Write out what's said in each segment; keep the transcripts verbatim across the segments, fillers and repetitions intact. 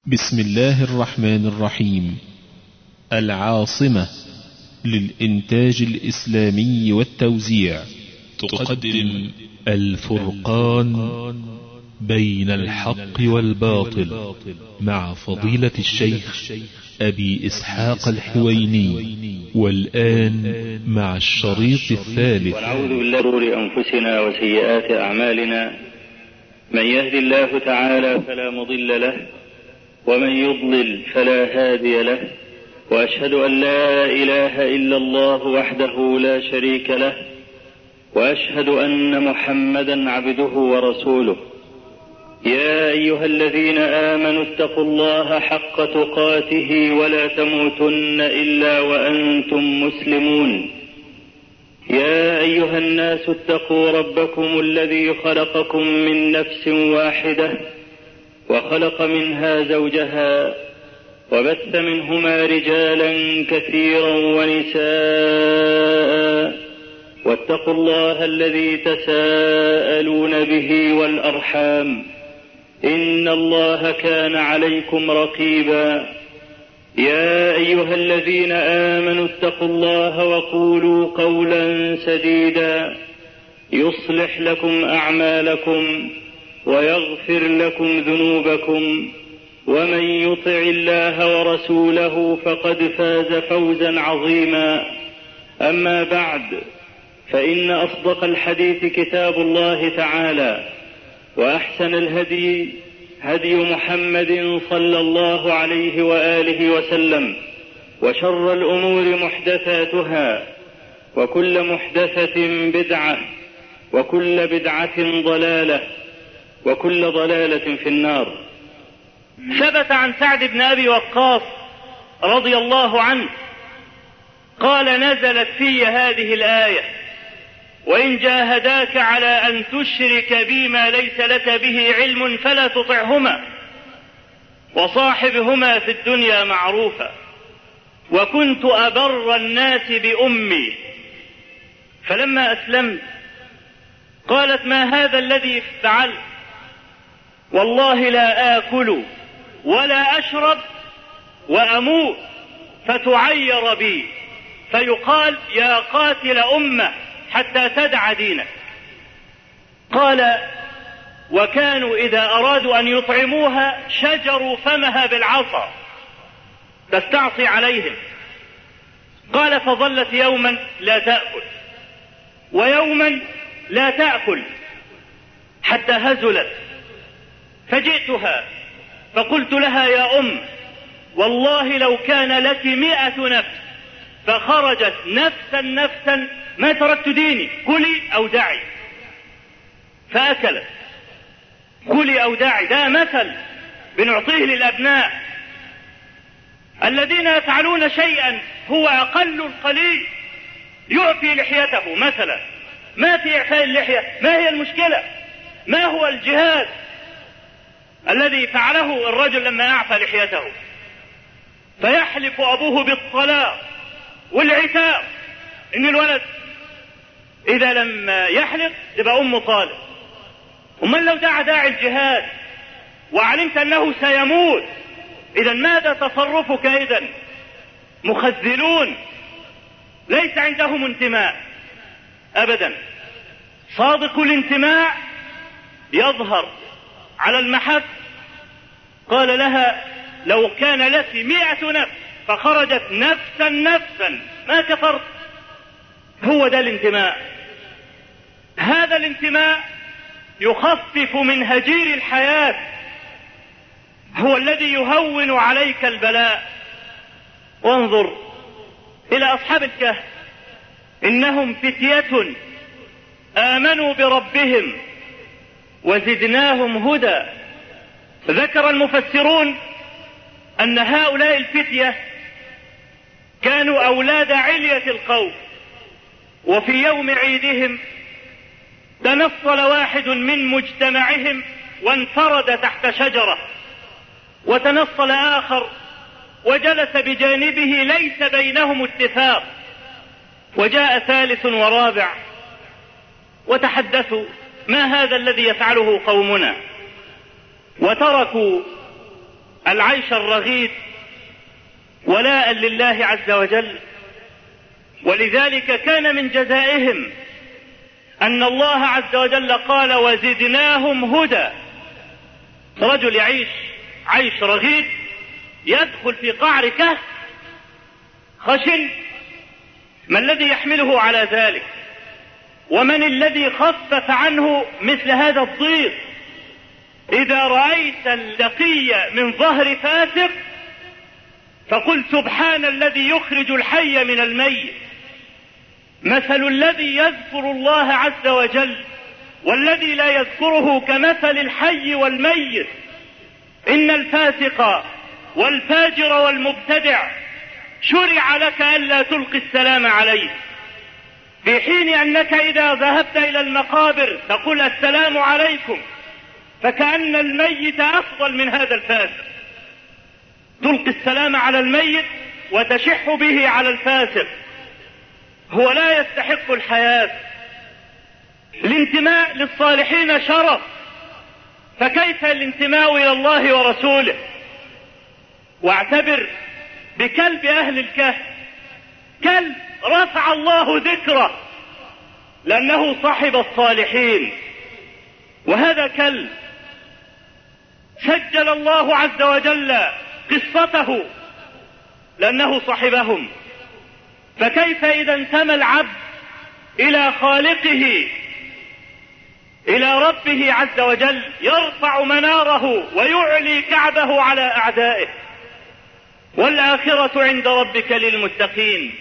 بسم الله الرحمن الرحيم. العاصمة للإنتاج الإسلامي والتوزيع تقدم الفرقان بين الحق والباطل مع فضيلة الشيخ أبي إسحاق الحويني. والآن مع الشريط الثالث. ونعوذ بالله من شرور أنفسنا وسيئات أعمالنا، من يهد الله تعالى فلا مضل له، ومن يضلل فلا هادي له، وأشهد أن لا إله إلا الله وحده لا شريك له، وأشهد أن محمدا عبده ورسوله. يا أيها الذين آمنوا اتقوا الله حق تقاته ولا تموتن إلا وأنتم مسلمون. يا أيها الناس اتقوا ربكم الذي خلقكم من نفس واحدة وخلق منها زوجها وبث منهما رجالا كثيرا ونساء، واتقوا الله الذي تساءلون به والأرحام، إن الله كان عليكم رقيبا. يا أيها الذين آمنوا اتقوا الله وقولوا قولا سديدا يصلح لكم أعمالكم ويغفر لكم ذنوبكم، ومن يطع الله ورسوله فقد فاز فوزا عظيما. أما بعد، فإن أصدق الحديث كتاب الله تعالى، وأحسن الهدي هدي محمد صلى الله عليه وآله وسلم، وشر الأمور محدثاتها، وكل محدثة بدعة، وكل بدعة ضلالة، وكل ضلالة في النار. ثبت عن سعد بن أبي وقاص رضي الله عنه قال: نزلت في هذه الآية: وإن جاهداك على أن تشرك بي ما ليس لك به علم فلا تطعهما، وصاحبهما في الدنيا معروفا، وكنت أبر الناس بأمي. فلما أسلمت قالت: ما هذا الذي فعلت؟ والله لا آكل ولا أشرب وأموت فتعير بي، فيقال: يا قاتل أمة حتى تدع دينك. قال: وكانوا إذا أرادوا أن يطعموها شجروا فمها بالعصا تستعصي عليهم. قال: فظلت يوما لا تأكل ويوما لا تأكل حتى هزلت، فجئتها فقلت لها: يا أم، والله لو كان لك مئة نفس فخرجت نفسا نفسا ما تركت ديني، كلي أو دعي. فأكلت. كلي أو دعي، ده مثل بنعطيه للأبناء الذين يفعلون شيئا هو أقل القليل. يعفي لحيته مثلا. ما في إعفاء اللحية؟ ما هي المشكلة؟ ما هو الجهاد الذي فعله الرجل لما أعفى لحيته؟ فيحلف أبوه بالطلاق والعتاب إن الولد إذا لم يحلق يبقى أمه طالق. ومن لو دعا داعي الجهاد وعلمت أنه سيموت، إذا ماذا تصرفك؟ إذن مخذلون ليس عندهم انتماء أبدا. صادق الانتماء يظهر على المحك. قال لها: لو كان لك مئة نفس فخرجت نفسا نفسا ما كفرت. هو ده الانتماء. هذا الانتماء يخفف من هجير الحياة، هو الذي يهون عليك البلاء. وانظر إلى أصحاب الكهف: إنهم فتية آمنوا بربهم وزدناهم هدى. ذكر المفسرون أن هؤلاء الفتية كانوا أولاد علية القوم، وفي يوم عيدهم تنصل واحد من مجتمعهم وانفرد تحت شجرة، وتنصل آخر وجلس بجانبه ليس بينهم اتفاق، وجاء ثالث ورابع وتحدثوا: ما هذا الذي يفعله قومنا؟ وتركوا العيش الرغيد ولاء لله عز وجل. ولذلك كان من جزائهم أن الله عز وجل قال وزدناهم هدى. رجل يعيش عيش رغيد يدخل في قعر كهف خشن، ما الذي يحمله على ذلك؟ ومن الذي خفف عنه مثل هذا الضيق؟ إذا رأيت اللقي من ظهر فاسق فقل سبحان الذي يخرج الحي من الميت. مثل الذي يذكر الله عز وجل والذي لا يذكره كمثل الحي والميت. إن الفاسق والفاجر والمبتدع شرع لك ألا تلقي السلام عليه، في حين أنك إذا ذهبت إلى المقابر تقول السلام عليكم، فكأن الميت أفضل من هذا الفاسق. تلقي السلام على الميت وتشح به على الفاسق، هو لا يستحق الحياة. الانتماء للصالحين شرف، فكيف الانتماء إلى الله ورسوله؟ واعتبر بكلب أهل الكهف، كلب رفع الله ذكره لأنه صاحب الصالحين، وهذا كلب سجل الله عز وجل قصته لأنه صاحبهم. فكيف إذا انتمى العبد إلى خالقه إلى ربه عز وجل يرفع مناره ويعلي كعبه على أعدائه. والآخرة عند ربك للمتقين.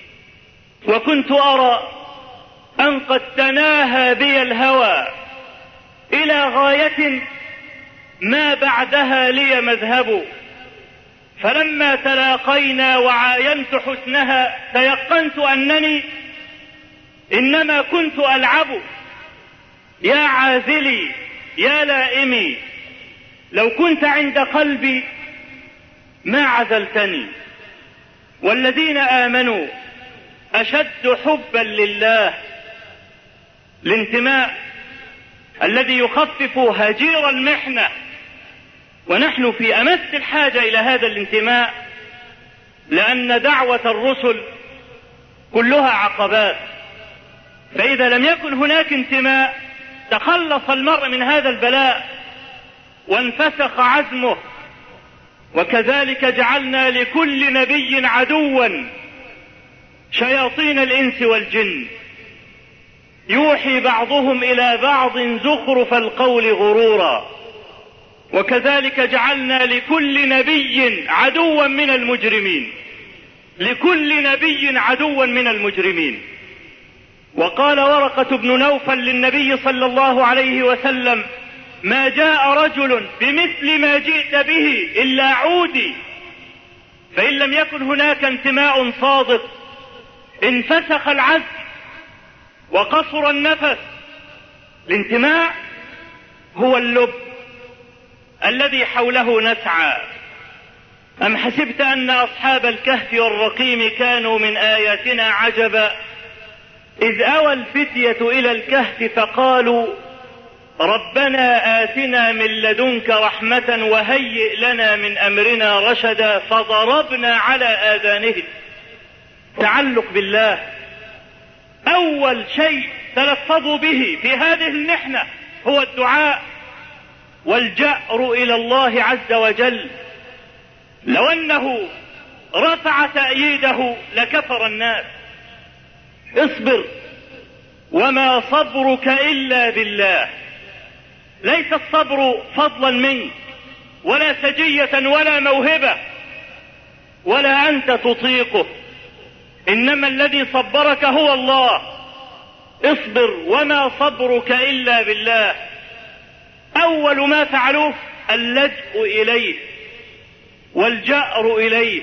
وكنت أرى أن قد تناهى بي الهوى إلى غاية ما بعدها لي مذهب، فلما تلاقينا وعاينت حسنها تيقنت أنني إنما كنت ألعب. يا عاذلي يا لائمي، لو كنت عند قلبي ما عزلتني. والذين آمنوا أشد حبا لله. الانتماء الذي يخفف هجير المحنة، ونحن في أمس الحاجة إلى هذا الانتماء، لأن دعوة الرسل كلها عقبات. فإذا لم يكن هناك انتماء تخلص المرء من هذا البلاء وانفسخ عزمه. وكذلك جعلنا لكل نبي عدوا شياطين الإنس والجن يوحي بعضهم إلى بعض زخرف القول غرورا. وكذلك جعلنا لكل نبي عدوا من المجرمين، لكل نبي عدوا من المجرمين. وقال ورقة بن نوفل للنبي صلى الله عليه وسلم ما جاء رجل بمثل ما جئت به إلا عودي. فإن لم يكن هناك انتماء صادق انفسخ العزم وقصر النفس. الانتماء هو اللب الذي حوله نسعى. أم حسبت أن أصحاب الكهف والرقيم كانوا من آياتنا عجبا إذ أوى الفتية إلى الكهف فقالوا ربنا آتنا من لدنك رحمة وهيئ لنا من أمرنا رشدا فضربنا على آذانهم. تعلق بالله أول شيء تلفظوا به في هذه المحنة هو الدعاء والجأر إلى الله عز وجل. لو أنه رفع تأييده لكفر الناس. اصبر وما صبرك إلا بالله. ليس الصبر فضلا منك ولا سجية ولا موهبة ولا أنت تطيقه، إنما الذي صبرك هو الله. اصبر وما صبرك إلا بالله. أول ما فعلوه اللجأ إليه والجأر إليه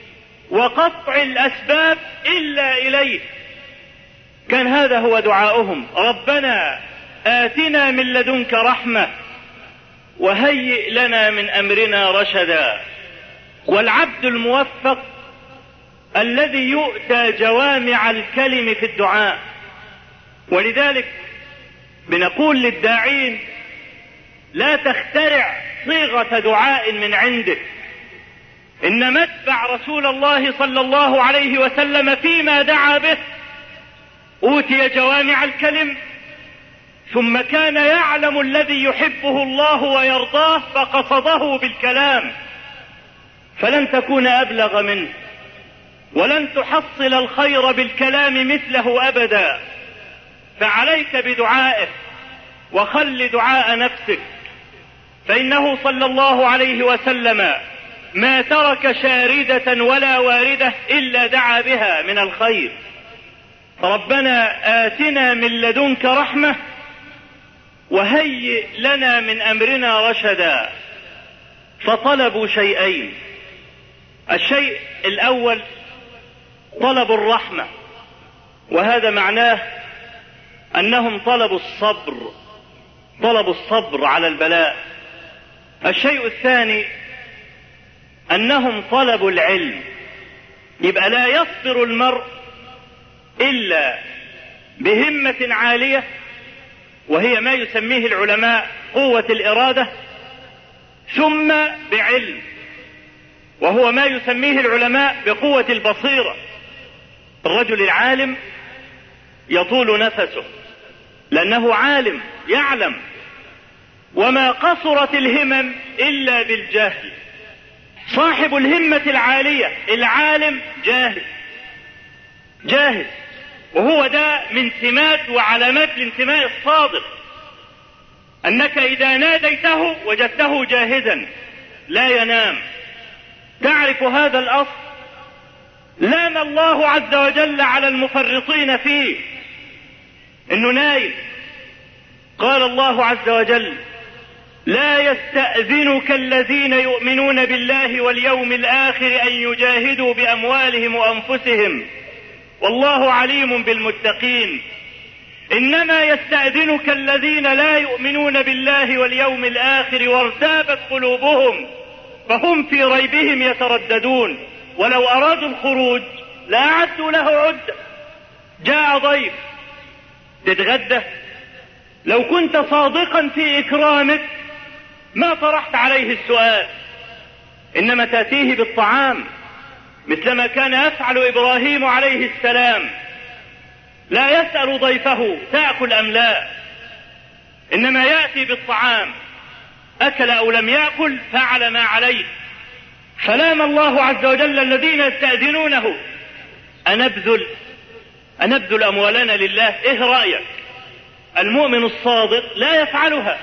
وقطع الأسباب إلا إليه. كان هذا هو دعاؤهم ربنا آتنا من لدنك رحمة وهيئ لنا من أمرنا رشدا. والعبد الموفق الذي يؤتى جوامع الكلم في الدعاء. ولذلك بنقول للداعين لا تخترع صيغة دعاء من عندك، إنما اتبع رسول الله صلى الله عليه وسلم فيما دعا به. أوتي جوامع الكلم، ثم كان يعلم الذي يحبه الله ويرضاه فقصده بالكلام، فلن تكون أبلغ منه، ولن تحصل الخير بالكلام مثله أبدا. فعليك بدعائه، وخل دعاء نفسك، فإنه صلى الله عليه وسلم ما ترك شاردة ولا واردة إلا دعا بها من الخير. ربنا آتنا من لدنك رحمة وهيئ لنا من أمرنا رشدا. فطلبوا شيئين: الشيء الأول طلب الرحمة، وهذا معناه أنهم طلبوا الصبر، طلبوا الصبر على البلاء. الشيء الثاني أنهم طلبوا العلم. يبقى لا يصبر المرء إلا بهمة عالية، وهي ما يسميه العلماء قوة الإرادة، ثم بعلم، وهو ما يسميه العلماء بقوة البصيرة. الرجل العالم يطول نفسه لأنه عالم يعلم، وما قصرت الهمم إلا بالجهل. صاحب الهمة العالية العالم جاهل جاهل، وهو ده من سمات وعلامات الانتماء الصادق، أنك إذا ناديته وجدته جاهزا لا ينام. تعرف هذا الأصل؟ لام الله عز وجل على المفرطين فيه إنه نايم. قال الله عز وجل: لا يستأذنك الذين يؤمنون بالله واليوم الآخر أن يجاهدوا بأموالهم وأنفسهم والله عليم بالمتقين. إنما يستأذنك الذين لا يؤمنون بالله واليوم الآخر وارتابت قلوبهم فهم في ريبهم يترددون، ولو أرادوا الخروج لأعدوا له عدة. جاء ضيف تتغدى، لو كنت صادقا في إكرامك ما طرحت عليه السؤال، إنما تأتيه بالطعام مثلما كان يفعل إبراهيم عليه السلام. لا يسأل ضيفه تأكل أم لا، إنما يأتي بالطعام، أكل أو لم يأكل فعل ما عليه. فلام الله عز وجل الذين يستأذنونه: أنبذل أنبذل أموالنا لله؟ إيه رأيك؟ المؤمن الصادق لا يفعلها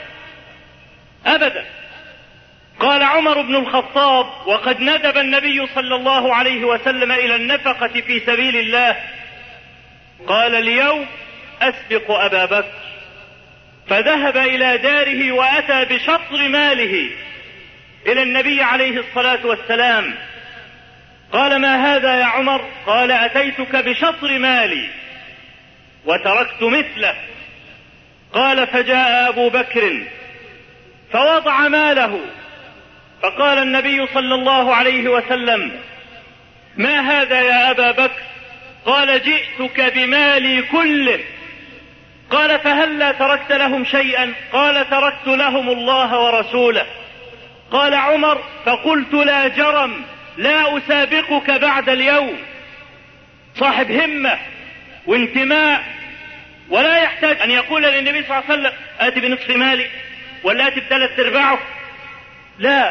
أبدا. قال عمر بن الخطاب وقد ندب النبي صلى الله عليه وسلم إلى النفقة في سبيل الله، قال: اليوم أسبق أبا بكر. فذهب إلى داره وأتى بشطر ماله إلى النبي عليه الصلاة والسلام. قال: ما هذا يا عمر؟ قال: أتيتك بشطر مالي وتركت مثله. قال: فجاء أبو بكر فوضع ماله، فقال النبي صلى الله عليه وسلم: ما هذا يا أبا بكر؟ قال: جئتك بمالي كله. قال: فهلا تركت لهم شيئا؟ قال: تركت لهم الله ورسوله. قال عمر: فقلت لا جرم، لا أسابقك بعد اليوم. صاحب همة وانتماء، ولا يحتاج أن يقول للنبي صلى الله عليه وسلم: آتي بنصف مالي ولا آتي بثلاث ارباعه. لا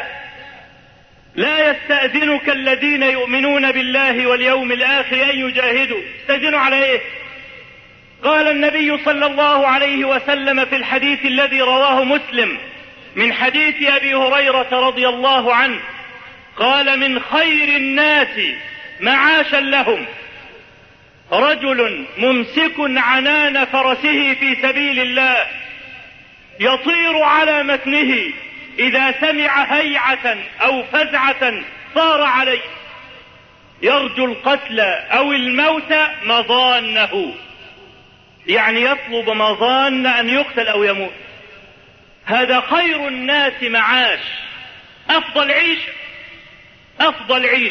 لا يستأذنك الذين يؤمنون بالله واليوم الآخر أن يجاهدوا. استأذنوا على إيه؟ قال النبي صلى الله عليه وسلم في الحديث الذي رواه مسلم من حديث أبي هريرة رضي الله عنه، قال: من خير الناس معاشا لهم رجل ممسك عنان فرسه في سبيل الله يطير على متنه، إذا سمع هيعة أو فزعة صار عليه، يرجو القتل أو الموت مظانه، يعني يطلب مظان أن يقتل أو يموت. هذا خير الناس معاش، أفضل عيش أفضل عيش.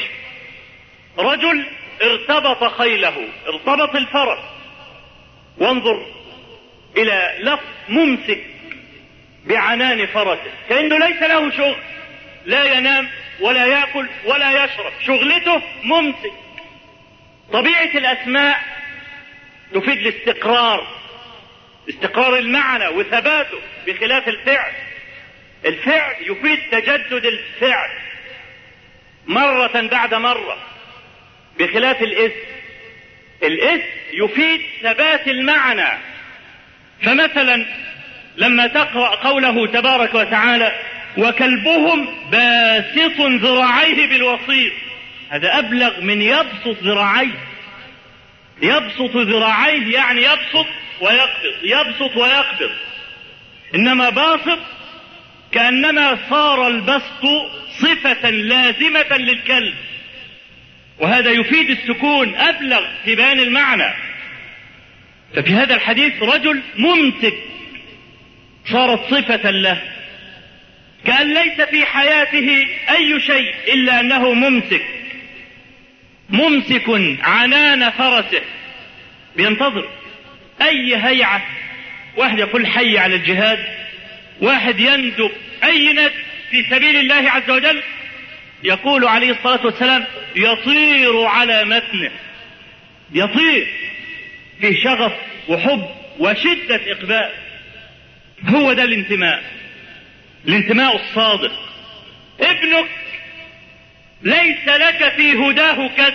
رجل ارتبط خيله، ارتبط الفرس، وانظر إلى لفظ ممسك، بعنان فرسه، كأنه ليس له شغل، لا ينام ولا يأكل ولا يشرب، شغلته ممسك. طبيعة الأسماء تفيد الاستقرار، استقرار المعنى وثباته، بخلاف الفعل. الفعل يفيد تجدد الفعل مرة بعد مرة، بخلاف الاسم. الاسم يفيد ثبات المعنى. فمثلا لما تقرأ قوله تبارك وتعالى وكلبهم باسط ذراعيه بالوصيد، هذا أبلغ من يبسط ذراعيه. يبسط ذراعيه يعني يبسط ويقبض، يبسط ويقبض. إنما باسط كأنما صار البسط صفة لازمة للكلب، وهذا يفيد السكون أبلغ في بيان المعنى. ففي هذا الحديث رجل ممسك صارت صفة له، كأن ليس في حياته أي شيء إلا أنه ممسك، ممسك عنان فرسه، بينتظر أي هيعة. واحد يقول حي على الجهاد، واحد يندب أي ند في سبيل الله عز وجل، يقول عليه الصلاة والسلام يطير على متنه، يطير في شغف وحب وشدة إقبال. هو ده الانتماء، الانتماء الصادق. ابنك ليس لك في هداه كد،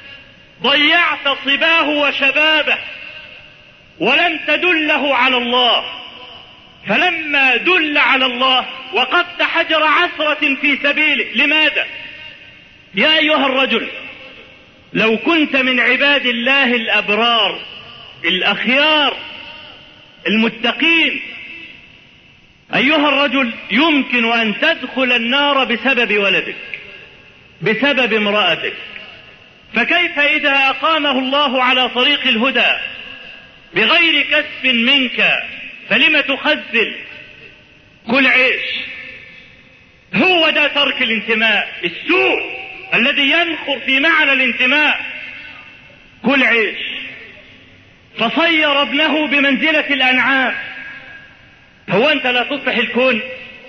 ضيعت صباه وشبابه ولم تدله على الله، فلما دل على الله وقدت حجر عثرة في سبيله. لماذا؟ يا أيها الرجل، لو كنت من عباد الله الأبرار الأخيار المتقين، أيها الرجل يمكن أن تدخل النار بسبب ولدك، بسبب امرأتك، فكيف إذا أقامه الله على طريق الهدى بغير كسب منك؟ فلم تخذل؟ كل عيش. هو ده ترك الانتماء، السوء الذي ينخر في معنى الانتماء. كل عيش. فصير ابنه بمنزلة الأنعام. هو أنت لا تصلح الكون؟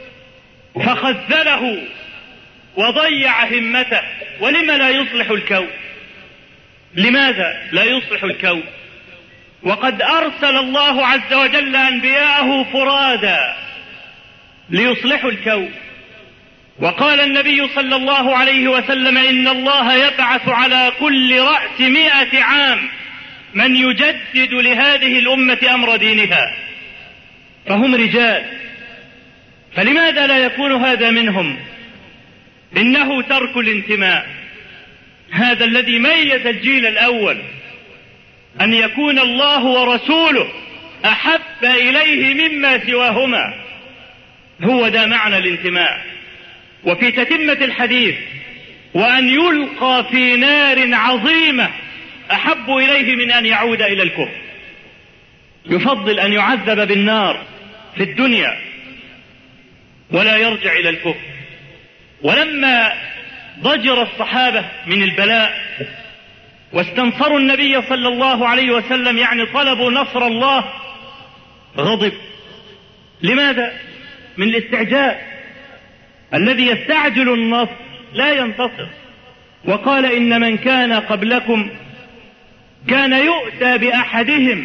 فخذله وضيع همته. ولما لا يصلح الكون؟ لماذا لا يصلح الكون وقد أرسل الله عز وجل أنبياءه فرادا ليصلحوا الكون؟ وقال النبي صلى الله عليه وسلم إن الله يبعث على كل رأس مئة عام من يجدد لهذه الأمة أمر دينها، فهم رجال. فلماذا لا يكون هذا منهم؟ إنه ترك الانتماء، هذا الذي ميز الجيل الأول، أن يكون الله ورسوله أحب إليه مما سواهما. هو ده معنى الانتماء. وفي تتمة الحديث وأن يلقى في نار عظيمة أحب إليه من أن يعود إلى الكفر. يفضل أن يعذب بالنار في الدنيا ولا يرجع إلى الكفر. ولما ضجر الصحابة من البلاء واستنصروا النبي صلى الله عليه وسلم، يعني طلبوا نصر الله، غضب. لماذا؟ من الاستعجال. الذي يستعجل النصر لا ينتصر. وقال إن من كان قبلكم كان يؤتى بأحدهم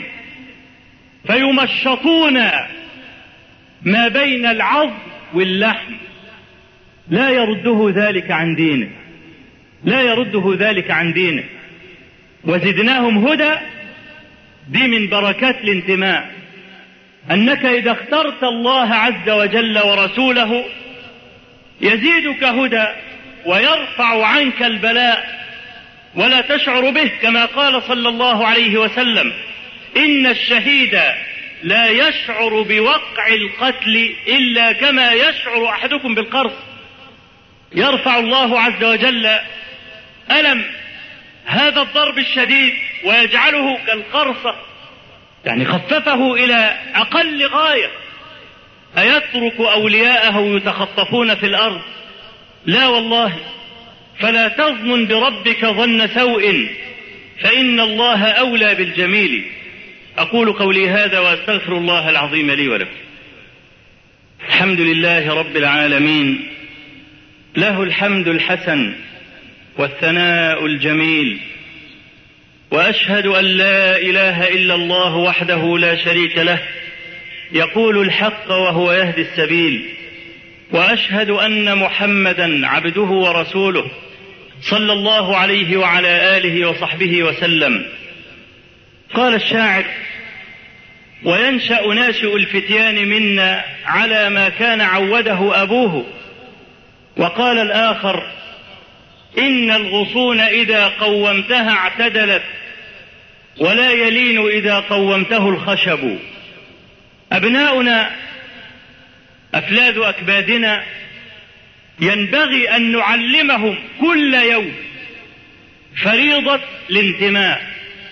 فيمشطون ما بين العظم واللحم، لا يرده ذلك عن دينه، لا يرده ذلك عن دينه. وزدناهم هدى، دي من بركات الانتماء، أنك إذا اخترت الله عز وجل ورسوله يزيدك هدى ويرفع عنك البلاء ولا تشعر به، كما قال صلى الله عليه وسلم إن الشهيد لا يشعر بوقع القتل إلا كما يشعر أحدكم بالقرص. يرفع الله عز وجل ألم هذا الضرب الشديد ويجعله كالقرصة، يعني خففه إلى أقل غاية. أيترك أولياءه يتخطفون في الأرض؟ لا والله. فلا تظن بربك ظن سوء فإن الله أولى بالجميل. أقول قولي هذا وأستغفر الله العظيم لي ولكم. الحمد لله رب العالمين، له الحمد الحسن والثناء الجميل، وأشهد أن لا إله إلا الله وحده لا شريك له يقول الحق وهو يهدي السبيل، وأشهد أن محمدا عبده ورسوله صلى الله عليه وعلى آله وصحبه وسلم. قال الشاعر: وينشأ ناشئ الفتيان منا على ما كان عوده أبوه. وقال الآخر: إن الغصون إذا قومتها اعتدلت، ولا يلين إذا قومته الخشب. أبناؤنا أفلاذ أكبادنا ينبغي أن نعلمهم كل يوم فريضة الانتماء،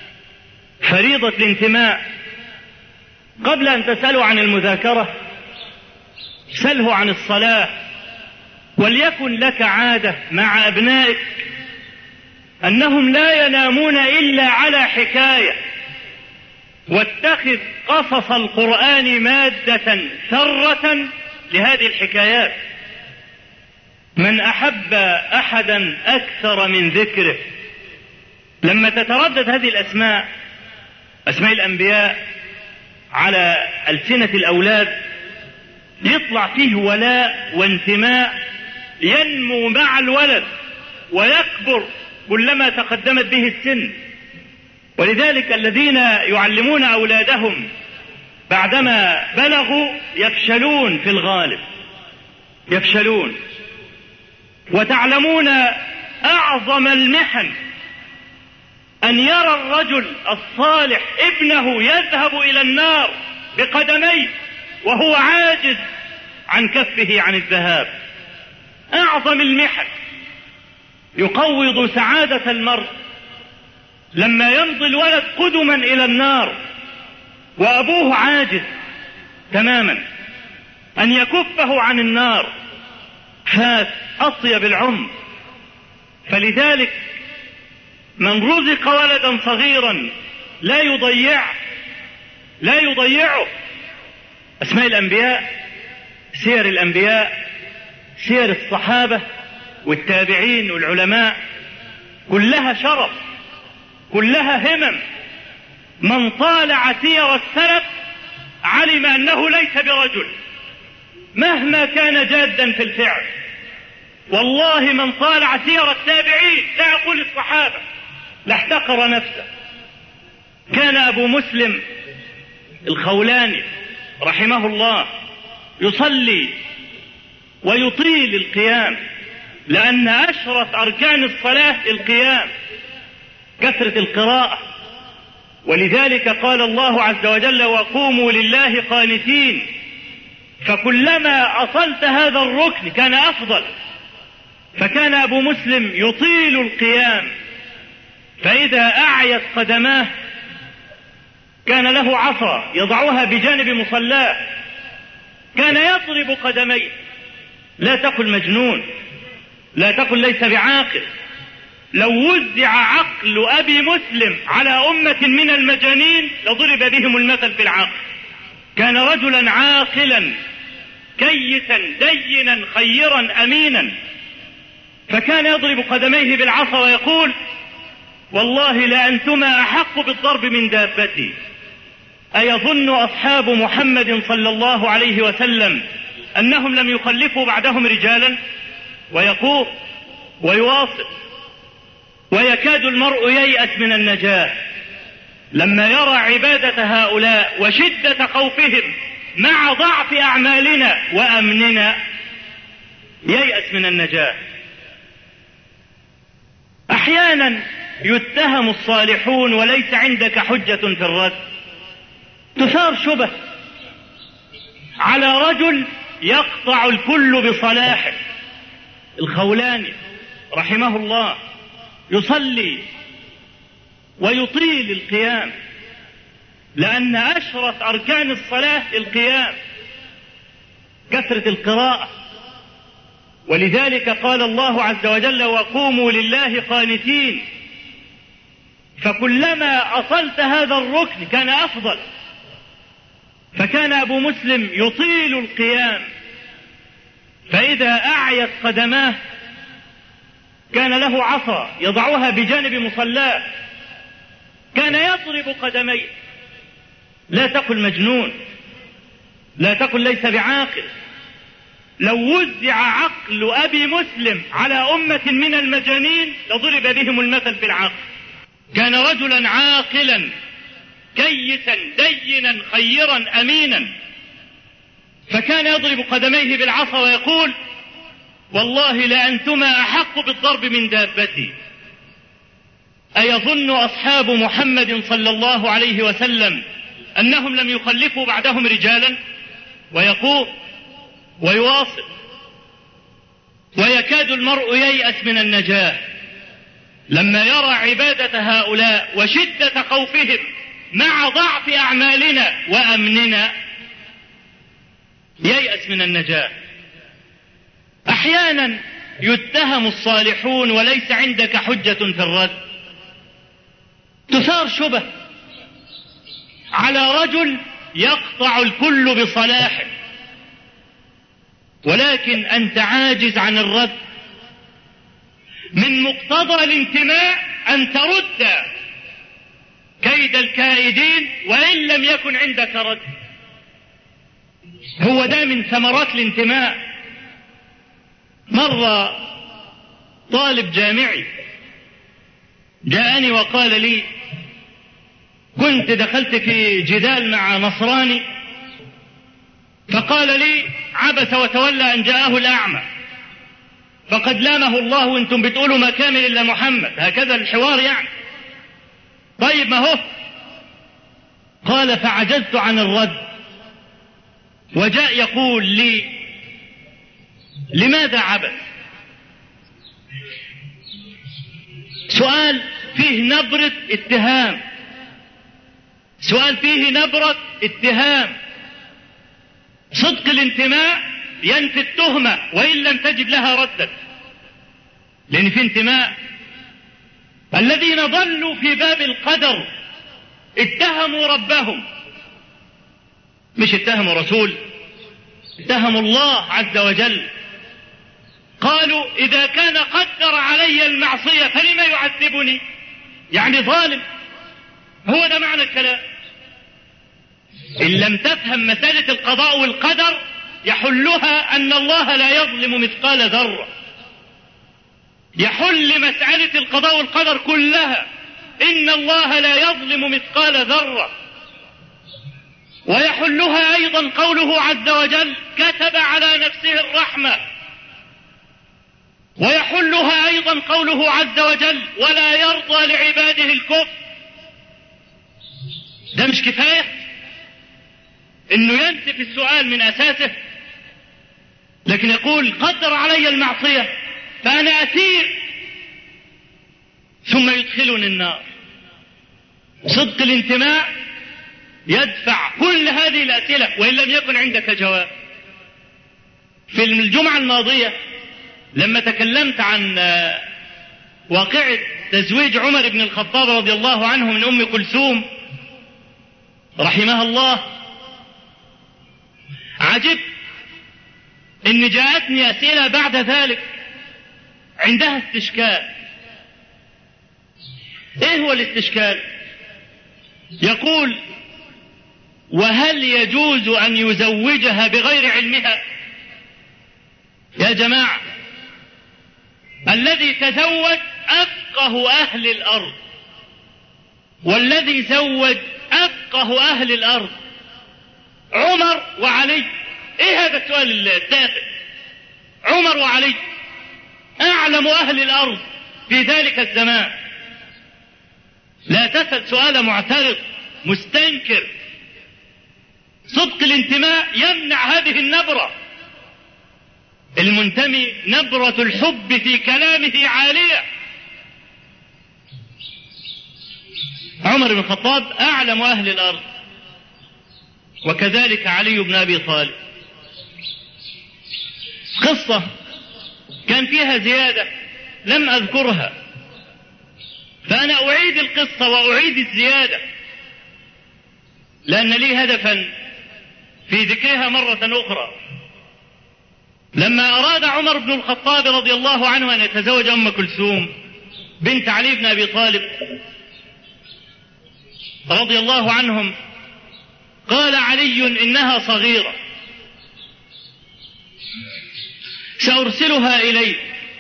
فريضة الانتماء. قبل أن تسألوا عن المذاكرة سله عن الصلاة، وليكن لك عادة مع أبنائك أنهم لا ينامون إلا على حكاية، واتخذ قصص القرآن مادة ثرة لهذه الحكايات. من أحب أحدا أكثر من ذكره. لما تتردد هذه الأسماء، أسماء الأنبياء، على ألسنة الأولاد يطلع فيه ولاء وانتماء ينمو مع الولد ويكبر كلما تقدمت به السن. ولذلك الذين يعلمون أولادهم بعدما بلغوا يفشلون في الغالب، يفشلون. وتعلمون أعظم المحن أن يرى الرجل الصالح ابنه يذهب إلى النار بقدميه وهو عاجز عن كفه عن الذهاب. أعظم المحن. يقوض سعادة المرء لما يمضي الولد قدما إلى النار وأبوه عاجز تماما أن يكفه عن النار، فات أطيب العمر. فلذلك من رزق ولدا صغيرا لا يضيع لا يضيعه. أسماء الأنبياء، سير الأنبياء، سير الصحابة والتابعين والعلماء كلها شرف، كلها همم. من طالع سير السلف علم أنه ليس برجل مهما كان جادا في الفعل. والله من طالع سير التابعين، لا أقول الصحابة، لاحتقر نفسه. كان أبو مسلم الخولاني رحمه الله يصلي ويطيل القيام، لأن أشرف أركان الصلاة القيام، كثرة القراءة. ولذلك قال الله عز وجل: وقوموا لله قانتين. فكلما أصلت هذا الركن كان أفضل. فكان أبو مسلم يطيل القيام، فإذا أعيت قدماه كان له عصا يضعها بجانب مصلاه، كان يضرب قدميه. لا تقل مجنون، لا تقل ليس بعاقل. لو وزع عقل أبي مسلم على أمة من المجانين لضرب بهم المثل في العقل. كان رجلا عاقلا كيسا دينا خيرا أمينا، فكان يضرب قدميه بالعصا ويقول: والله لأنتما أحق بالضرب من دابتي. أيظن أصحاب محمد صلى الله عليه وسلم أنهم لم يخلفوا بعدهم رجالا؟ ويقول ويواصل: ويكاد المرء ييأس من النجاة لما يرى عبادة هؤلاء وشدة خوفهم مع ضعف أعمالنا وأمننا. ييأس من النجاة. أحيانا يتهم الصالحون وليس عندك حجة في الرد. تثار شبه على رجل يقطع الكل بصلاحه. الخولاني رحمه الله يصلي ويطيل القيام، لأن أشرف أركان الصلاة القيام، كثرة القراءة. ولذلك قال الله عز وجل: وقوموا لله قانتين. فكلما أصلت هذا الركن كان أفضل. فكان أبو مسلم يطيل القيام فإذا أعيت قدماه كان له عصا يضعها بجانب مصلاه، كان يضرب قدميه. لا تقل مجنون، لا تقل ليس بعاقل. لو وزع عقل أبي مسلم على أمة من المجانين لضرب بهم المثل في العقل. كان رجلا عاقلا كيسا دينا خيرا أمينا، فكان يضرب قدميه بالعصا ويقول: والله لأنتما أحق بالضرب من دابتي. أيظن أصحاب محمد صلى الله عليه وسلم أنهم لم يخلفوا بعدهم رجالا؟ ويقول ويواصل: ويكاد المرء ييأس من النجاة لما يرى عبادة هؤلاء وشدة خوفهم مع ضعف أعمالنا وأمننا، ييأس من النجاة. أحيانا يتهم الصالحون وليس عندك حجة في الرد، تثار شبه على رجل يقطع الكل بصلاحه، ولكن أنت عاجز عن الرد. من مقتضى الانتماء أن ترد كيد الكائدين وإن لم يكن عندك رد. هو ده من ثمرات الانتماء. مرة طالب جامعي جاءني وقال لي: كنت دخلت في جدال مع نصراني فقال لي: عبس وتولى أن جاءه الأعمى فقد لامه الله وانتم بتقولوا ما كامل إلا محمد. هكذا الحوار يعني. طيب ما هو. قال: فعجزت عن الرد، وجاء يقول لي: لماذا عبث؟ سؤال فيه نبرة اتهام، سؤال فيه نبرة اتهام. صدق الانتماء ينفي التهمة وإن لم تجد لها ردا، لأن في انتماء. الذين ضلوا في باب القدر اتهموا ربهم، مش اتهموا رسول، اتهموا الله عز وجل. قالوا: إذا كان قدر علي المعصية فلما يعذبني؟ يعني ظالم. هو ده معنى الكلام. إن لم تفهم مسألة القضاء والقدر يحلها أن الله لا يظلم مثقال ذرة. يحل مسألة القضاء والقدر كلها إن الله لا يظلم مثقال ذرة. ويحلها أيضا قوله عز وجل: كتب على نفسه الرحمة. ويحلها أيضا قوله عز وجل: ولا يرضى لعباده الكفر. ده مش كفاية انه ينسف السؤال من اساسه، لكن يقول: قدر علي المعصية فانا اسير ثم يدخلني النار. صدق الانتماء يدفع كل هذه الاسئلة وان لم يكن عندك جواب. في الجمعة الماضية لما تكلمت عن واقعة تزويج عمر بن الخطاب رضي الله عنه من ام كلثوم رحمها الله، عجبت ان جاءتني اسئلة بعد ذلك عندها استشكال. ايه هو الاستشكال؟ يقول: وهل يجوز ان يزوجها بغير علمها؟ يا جماعة، الذي تزوج افقه اهل الارض، والذي زوج افقه اهل الارض عمر وعلي. ايه هذا السؤال التافه؟ عمر وعلي اعلم اهل الارض في ذلك الزمان. لا تسأل سؤال معترض مستنكر. صدق الانتماء يمنع هذه النبرة. المنتمي نبرة الحب في كلامه عالية. عمر بن الخطاب أعلم أهل الأرض، وكذلك علي بن أبي طالب. قصة كان فيها زيادة لم أذكرها، فأنا أعيد القصة وأعيد الزيادة لأن لي هدفا في ذكرها مرة أخرى. لما أراد عمر بن الخطاب رضي الله عنه أن يتزوج أم كلثوم بنت علي بن أبي طالب رضي الله عنهم، قال علي إنها صغيرة سأرسلها إليك،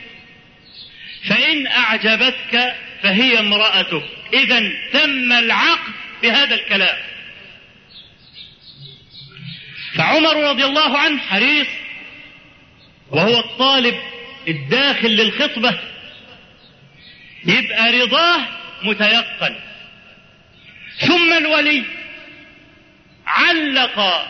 فإن أعجبتك فهي امرأتك. إذن تم العقد بهذا الكلام. فعمر رضي الله عنه حريص، وهو الطالب الداخل للخطبة، يبقى رضاه متيقن. ثم الولي علق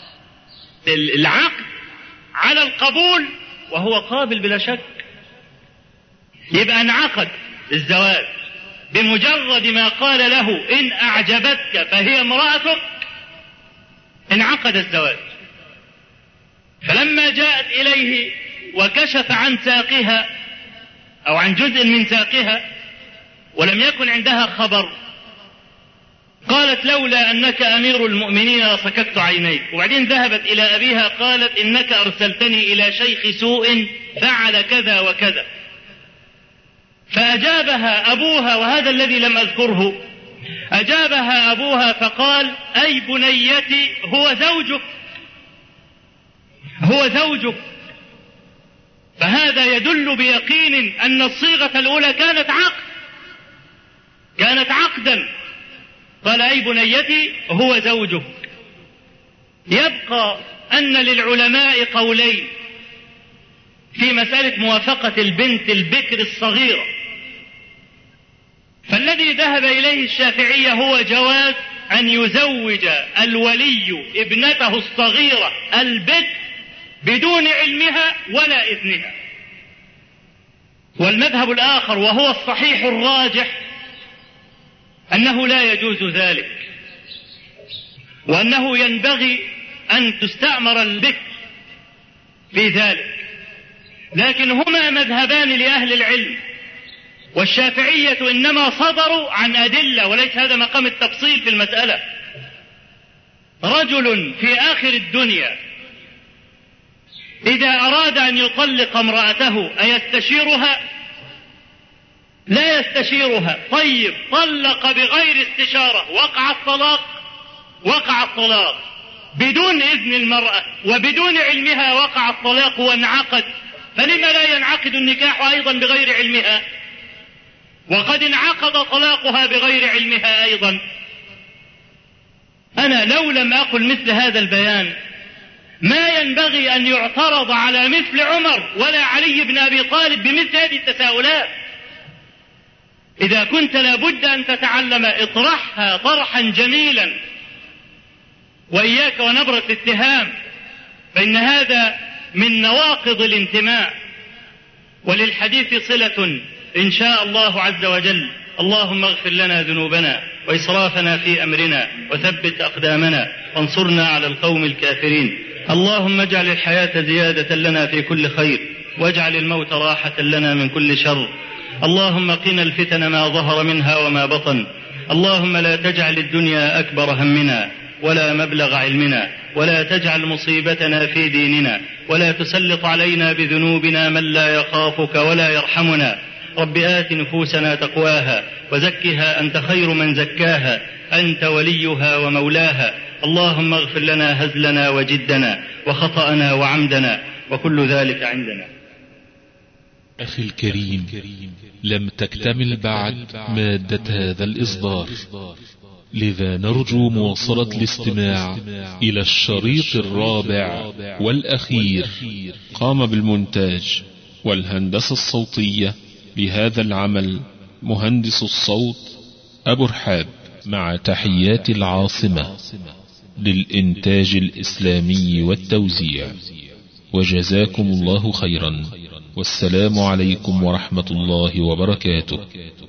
العقد على القبول وهو قابل بلا شك، يبقى انعقد الزواج بمجرد ما قال له إن أعجبتك فهي امرأتك، انعقد الزواج. فلما جاءت إليه وكشف عن ساقها أو عن جزء من ساقها ولم يكن عندها خبر، قالت لولا أنك أمير المؤمنين لصككت عينيك. وبعدين ذهبت إلى أبيها قالت إنك أرسلتني إلى شيخ سوء فعل كذا وكذا. فأجابها أبوها، وهذا الذي لم أذكره، أجابها أبوها فقال أي بنيتي هو زوجك، هو زوجك. فهذا يدل بيقين أن الصيغة الأولى كانت عقد، كانت عقدا. قال أي بنيتي هو زوجك. يبقى أن للعلماء قولين في مسألة موافقة البنت البكر الصغيرة. فالذي ذهب إليه الشافعية هو جواز أن يزوج الولي ابنته الصغيرة البكر بدون علمها ولا إذنها. والمذهب الآخر وهو الصحيح الراجح أنه لا يجوز ذلك، وأنه ينبغي أن تستأمر البكر في ذلك. لكن هما مذهبان لأهل العلم، والشافعية إنما صدروا عن أدلة، وليس هذا مقام التفصيل في المسألة. رجل في آخر الدنيا إذا أراد أن يطلق امرأته أيستشيرها؟ لا يستشيرها. طيب طلق بغير استشارة، وقع الطلاق، وقع الطلاق بدون إذن المرأة وبدون علمها، وقع الطلاق وانعقد. فلما لا ينعقد النكاح أيضا بغير علمها، وقد انعقد طلاقها بغير علمها أيضا؟ أنا لو لم أقل مثل هذا البيان ما ينبغي أن يعترض على مثل عمر ولا علي بن أبي طالب بمثل هذه التساؤلات. إذا كنت لابد أن تتعلم اطرحها طرحا جميلا، وإياك ونبرة الاتهام، فإن هذا من نواقض الانتماء. وللحديث صلة إن شاء الله عز وجل. اللهم اغفر لنا ذنوبنا وإسرافنا في أمرنا وثبت أقدامنا وانصرنا على القوم الكافرين. اللهم اجعل الحياة زيادة لنا في كل خير، واجعل الموت راحة لنا من كل شر. اللهم قنا الفتن ما ظهر منها وما بطن. اللهم لا تجعل الدنيا أكبر همنا ولا مبلغ علمنا، ولا تجعل مصيبتنا في ديننا، ولا تسلط علينا بذنوبنا من لا يخافك ولا يرحمنا. رب آت نفوسنا تقواها وزكها أنت خير من زكاها، أنت وليها ومولاها. اللهم اغفر لنا هزلنا وجدنا وخطأنا وعمدنا، وكل ذلك عندنا. أخي الكريم، لم تكتمل بعد مادة هذا الإصدار، لذا نرجو مواصلة الاستماع إلى الشريط الرابع والأخير. قام بالمونتاج والهندسة الصوتية لهذا العمل مهندس الصوت أبو رحاب، مع تحيات العاصمة للإنتاج الإسلامي والتوزيع. وجزاكم الله خيرا، والسلام عليكم ورحمة الله وبركاته.